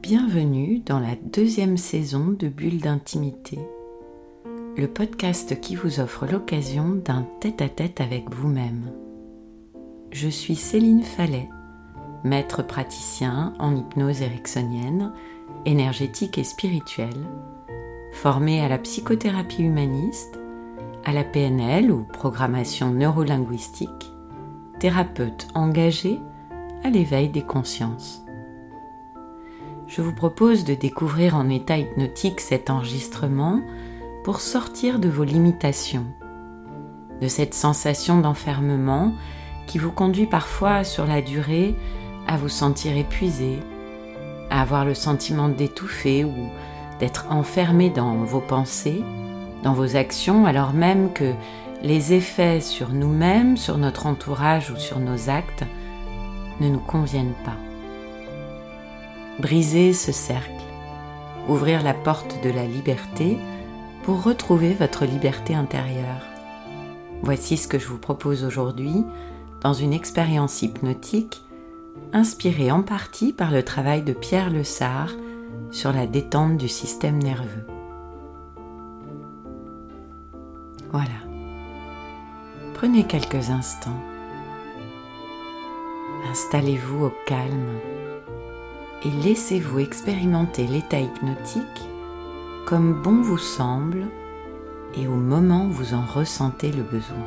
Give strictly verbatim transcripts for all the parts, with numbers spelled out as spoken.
Bienvenue dans la deuxième saison de Bulle d'intimité, le podcast qui vous offre l'occasion d'un tête-à-tête avec vous-même. Je suis Céline Fallet, maître praticien en hypnose ericksonienne, énergétique et spirituelle, formée à la psychothérapie humaniste, à la P N L ou programmation neurolinguistique, thérapeute engagée à l'éveil des consciences. Je vous propose de découvrir en état hypnotique cet enregistrement pour sortir de vos limitations, de cette sensation d'enfermement qui vous conduit parfois sur la durée à vous sentir épuisé, à avoir le sentiment d'étouffer ou d'être enfermé dans vos pensées, dans vos actions, alors même que les effets sur nous-mêmes, sur notre entourage ou sur nos actes ne nous conviennent pas. Briser ce cercle, ouvrir la porte de la liberté pour retrouver votre liberté intérieure. Voici ce que je vous propose aujourd'hui dans une expérience hypnotique inspirée en partie par le travail de Pierre Lessard sur la détente du système nerveux. Voilà. Prenez quelques instants. Installez-vous au calme et laissez-vous expérimenter l'état hypnotique comme bon vous semble et au moment où vous en ressentez le besoin.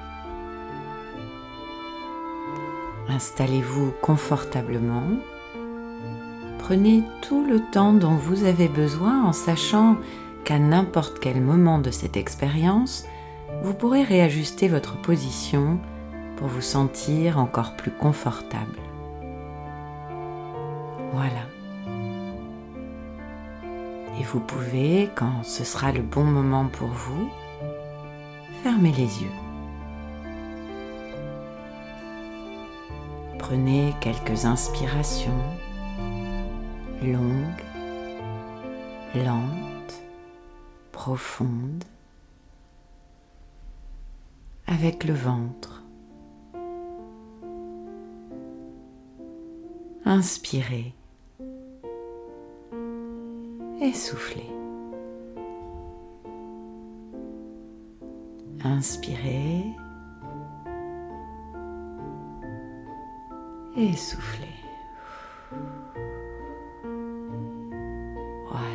Installez-vous confortablement. Prenez tout le temps dont vous avez besoin en sachant qu'à n'importe quel moment de cette expérience, vous pourrez réajuster votre position pour vous sentir encore plus confortable. Voilà. Et vous pouvez, quand ce sera le bon moment pour vous, fermer les yeux. Prenez quelques inspirations longues, lentes, profondes, avec le ventre. Inspirez et soufflez. Inspirez et soufflez. Voilà.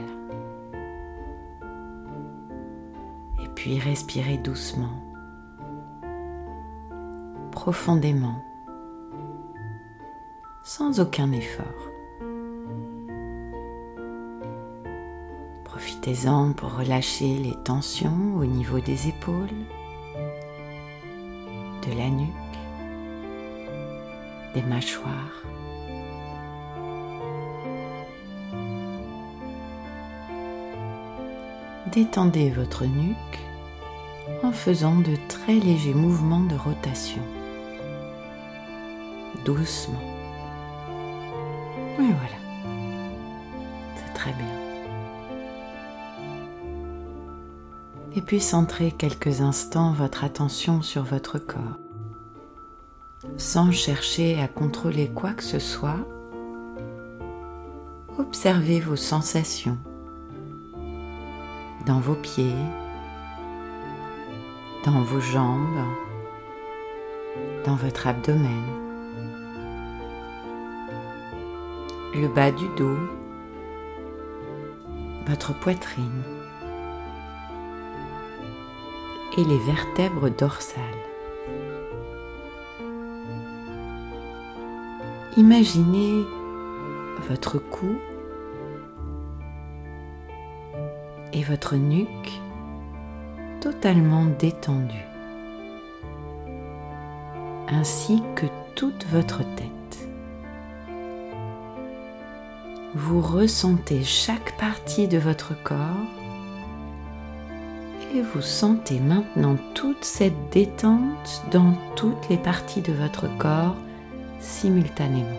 Et puis respirez doucement, profondément, sans aucun effort. Profitez-en pour relâcher les tensions au niveau des épaules, de la nuque, des mâchoires. Détendez votre nuque en faisant de très légers mouvements de rotation. Doucement. Et voilà. C'est très bien. Et puis centrez quelques instants votre attention sur votre corps, sans chercher à contrôler quoi que ce soit. Observez vos sensations dans vos pieds, dans vos jambes, dans votre abdomen, le bas du dos, votre poitrine et les vertèbres dorsales. Imaginez votre cou et votre nuque totalement détendus, ainsi que toute votre tête. Vous ressentez chaque partie de votre corps et vous sentez maintenant toute cette détente dans toutes les parties de votre corps simultanément.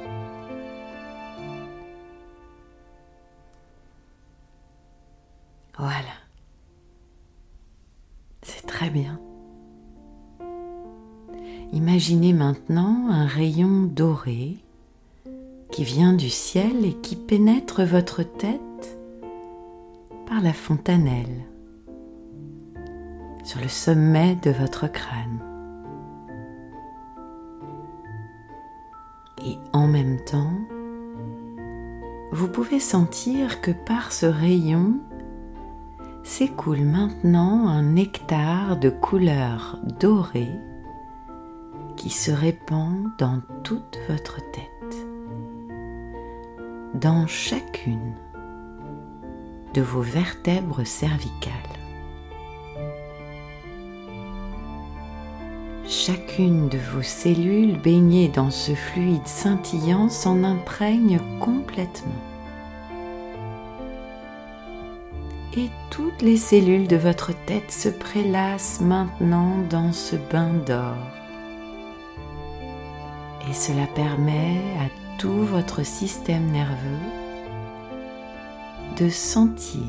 Voilà. C'est très bien. Imaginez maintenant un rayon doré qui vient du ciel et qui pénètre votre tête par la fontanelle, sur le sommet de votre crâne. Et en même temps, vous pouvez sentir que par ce rayon s'écoule maintenant un nectar de couleur dorée qui se répand dans toute votre tête, dans chacune de vos vertèbres cervicales. Chacune de vos cellules baignées dans ce fluide scintillant s'en imprègne complètement. Et toutes les cellules de votre tête se prélassent maintenant dans ce bain d'or. Et cela permet à tout votre système nerveux de sentir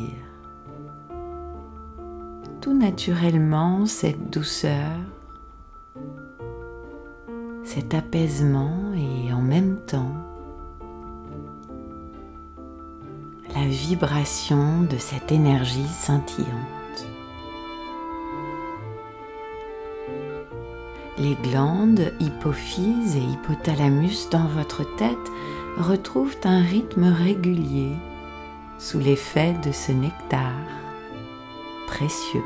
tout naturellement cette douceur, cet apaisement et en même temps la vibration de cette énergie scintillante. Les glandes hypophyse et hypothalamus dans votre tête retrouvent un rythme régulier sous l'effet de ce nectar précieux.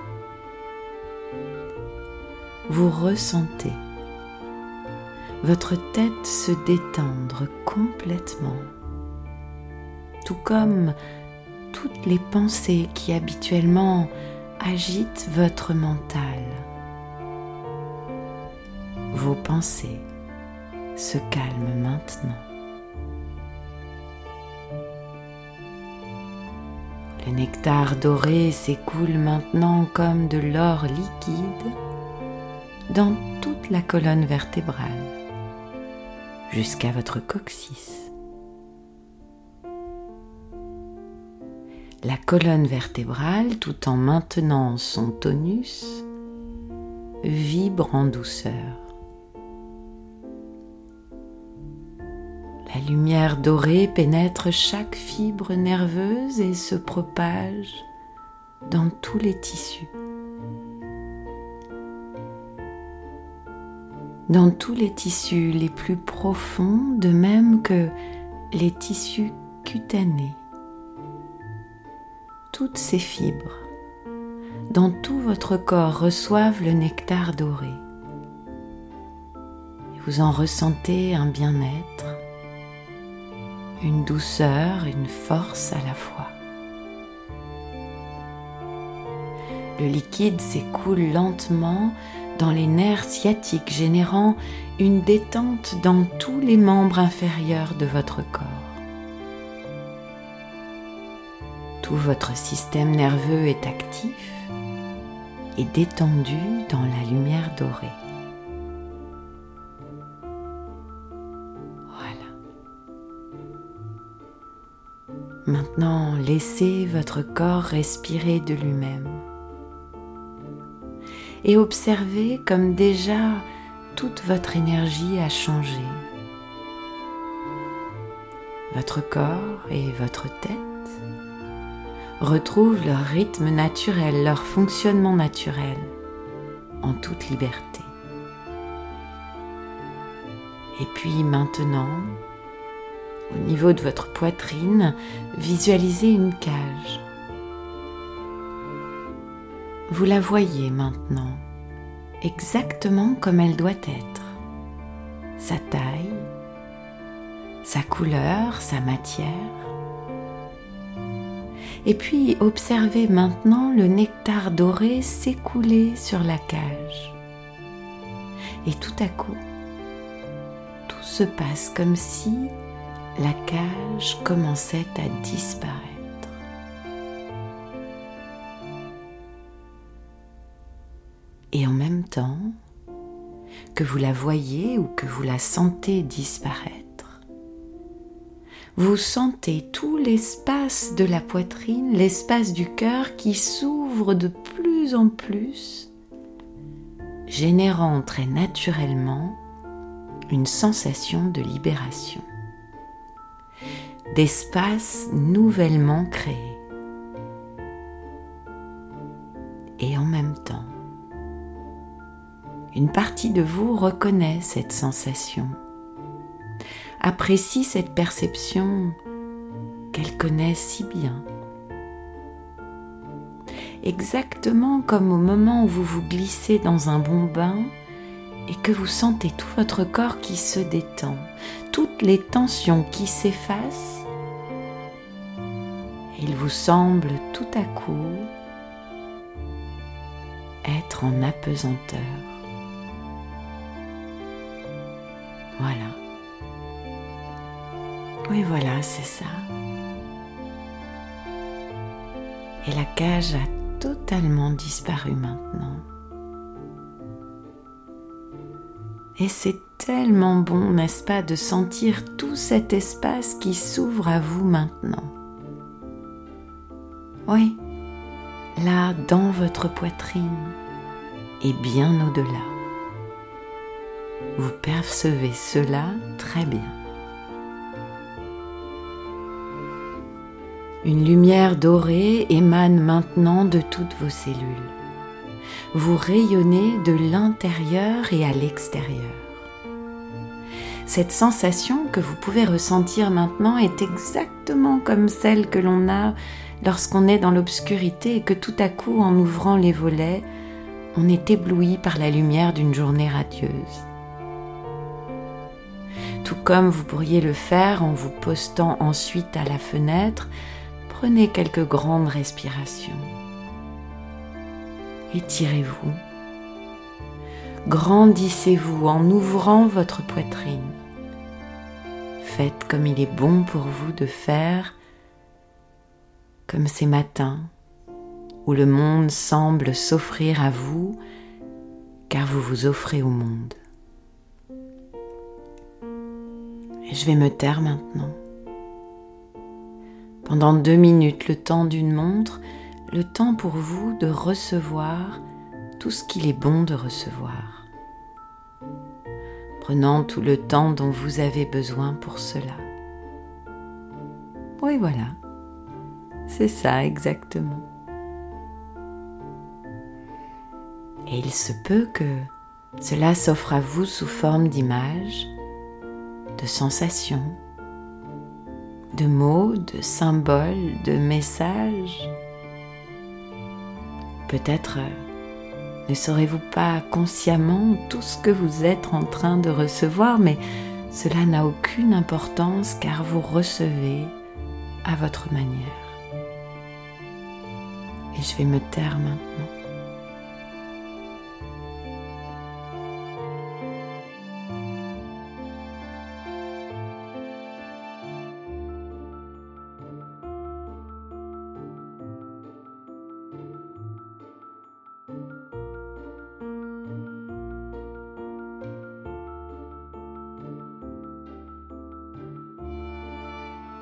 Vous ressentez votre tête se détendre complètement, tout comme toutes les pensées qui habituellement agitent votre mental. Vos pensées se calment maintenant. Le nectar doré s'écoule maintenant comme de l'or liquide dans toute la colonne vertébrale, jusqu'à votre coccyx. La colonne vertébrale, tout en maintenant son tonus, vibre en douceur. La lumière dorée pénètre chaque fibre nerveuse et se propage dans tous les tissus. Dans tous les tissus les plus profonds, de même que les tissus cutanés. Toutes ces fibres, dans tout votre corps, reçoivent le nectar doré. Et vous en ressentez un bien-être, une douceur, une force à la fois. Le liquide s'écoule lentement dans les nerfs sciatiques, générant une détente dans tous les membres inférieurs de votre corps. Tout votre système nerveux est actif et détendu dans la lumière dorée. Voilà. Maintenant, laissez votre corps respirer de lui-même. Et observez comme déjà toute votre énergie a changé. Votre corps et votre tête retrouvent leur rythme naturel, leur fonctionnement naturel, en toute liberté. Et puis maintenant, au niveau de votre poitrine, visualisez une cage. Vous la voyez maintenant, exactement comme elle doit être. Sa taille, sa couleur, sa matière. Et puis observez maintenant le nectar doré s'écouler sur la cage. Et tout à coup, tout se passe comme si la cage commençait à disparaître. Et en même temps que vous la voyez ou que vous la sentez disparaître, vous sentez tout l'espace de la poitrine, l'espace du cœur qui s'ouvre de plus en plus, générant très naturellement une sensation de libération. d'espace nouvellement créé. Et en même temps, une partie de vous reconnaît cette sensation, apprécie cette perception qu'elle connaît si bien. Exactement comme au moment où vous vous glissez dans un bon bain et que vous sentez tout votre corps qui se détend, toutes les tensions qui s'effacent, et il vous semble tout à coup être en apesanteur. Voilà. Oui, voilà, c'est ça. Et la cage a totalement disparu maintenant. Et c'est tellement bon, n'est-ce pas, de sentir tout cet espace qui s'ouvre à vous maintenant. Oui, là, dans votre poitrine et bien au-delà. Vous percevez cela très bien. Une lumière dorée émane maintenant de toutes vos cellules. Vous rayonnez de l'intérieur et à l'extérieur. Cette sensation que vous pouvez ressentir maintenant est exactement comme celle que l'on a lorsqu'on est dans l'obscurité et que tout à coup, en ouvrant les volets, on est ébloui par la lumière d'une journée radieuse. Tout comme vous pourriez le faire en vous postant ensuite à la fenêtre, prenez quelques grandes respirations. Étirez-vous. Grandissez-vous en ouvrant votre poitrine. Faites comme il est bon pour vous de faire, comme ces matins où le monde semble s'offrir à vous, car vous vous offrez au monde. Et je vais me taire maintenant. Pendant deux minutes, le temps d'une montre, le temps pour vous de recevoir tout ce qu'il est bon de recevoir, prenant tout le temps dont vous avez besoin pour cela. Oui, voilà, c'est ça exactement. Et il se peut que cela s'offre à vous sous forme d'images, de sensations, de mots, de symboles, de messages. Peut-être ne saurez-vous pas consciemment tout ce que vous êtes en train de recevoir, mais cela n'a aucune importance car vous recevez à votre manière. Et je vais me taire maintenant.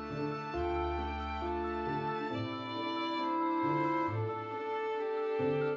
Thank you.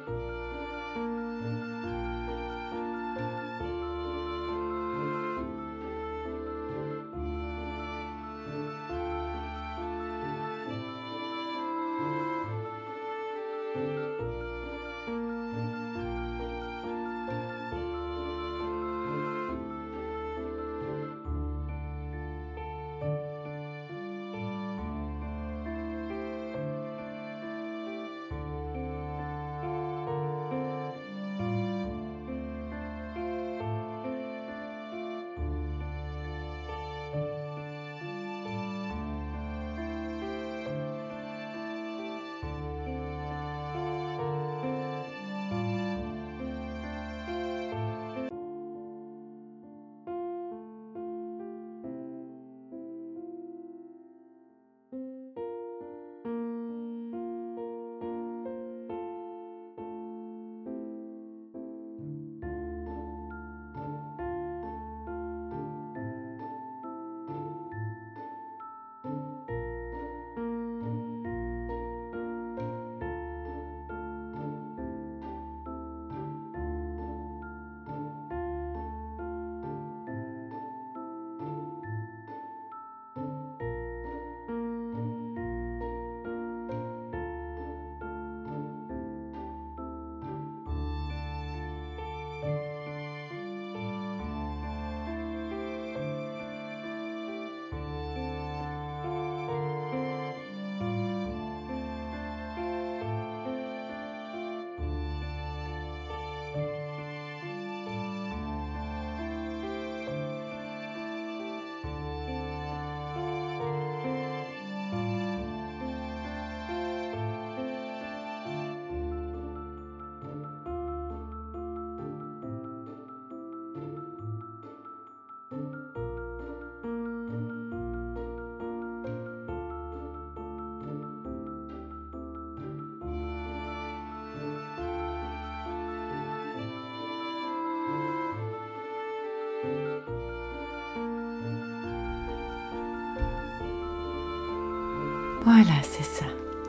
Voilà, c'est ça.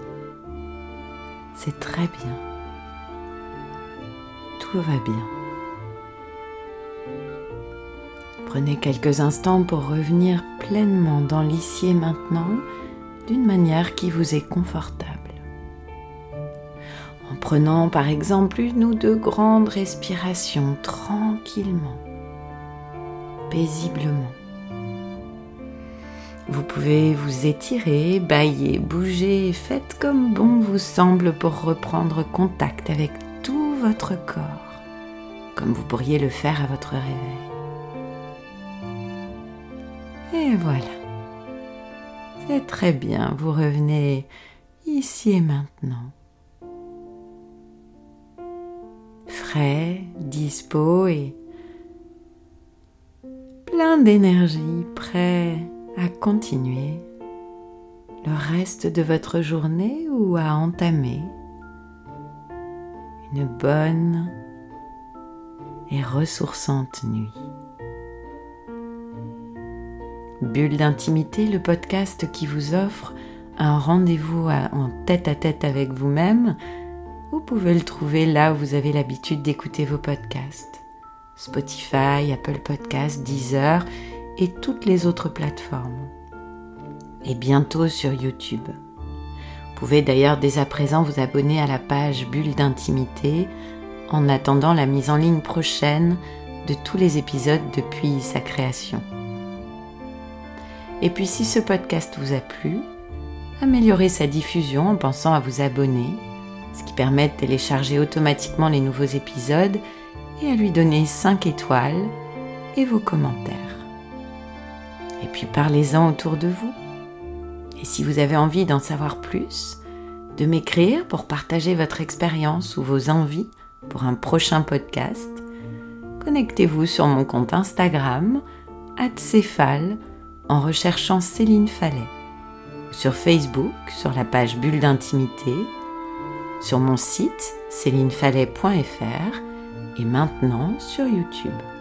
C'est très bien. Tout va bien. Prenez quelques instants pour revenir pleinement dans l'ici et maintenant d'une manière qui vous est confortable. En prenant par exemple une ou deux grandes respirations tranquillement, paisiblement. Vous pouvez vous étirer, bâiller, bouger, faites comme bon vous semble pour reprendre contact avec tout votre corps, comme vous pourriez le faire à votre réveil. Et voilà, c'est très bien, vous revenez ici et maintenant. Frais, dispo et plein d'énergie, prêt à continuer le reste de votre journée ou à entamer une bonne et ressourçante nuit. Bulle d'intimité, le podcast qui vous offre un rendez-vous en tête-à-tête avec vous-même. Vous pouvez le trouver là où vous avez l'habitude d'écouter vos podcasts. Spotify, Apple Podcasts, Deezer et toutes les autres plateformes. Et bientôt sur YouTube. Vous pouvez d'ailleurs dès à présent vous abonner à la page Bulle d'intimité en attendant la mise en ligne prochaine de tous les épisodes depuis sa création. Et puis si ce podcast vous a plu, améliorez sa diffusion en pensant à vous abonner, ce qui permet de télécharger automatiquement les nouveaux épisodes et à lui donner cinq étoiles et vos commentaires. Et puis parlez-en autour de vous. Et si vous avez envie d'en savoir plus, de m'écrire pour partager votre expérience ou vos envies pour un prochain podcast, connectez-vous sur mon compte Instagram, arobase céphale, en recherchant Céline Fallet, ou sur Facebook, sur la page Bulle d'intimité, sur mon site céline fallet point f r et maintenant sur YouTube.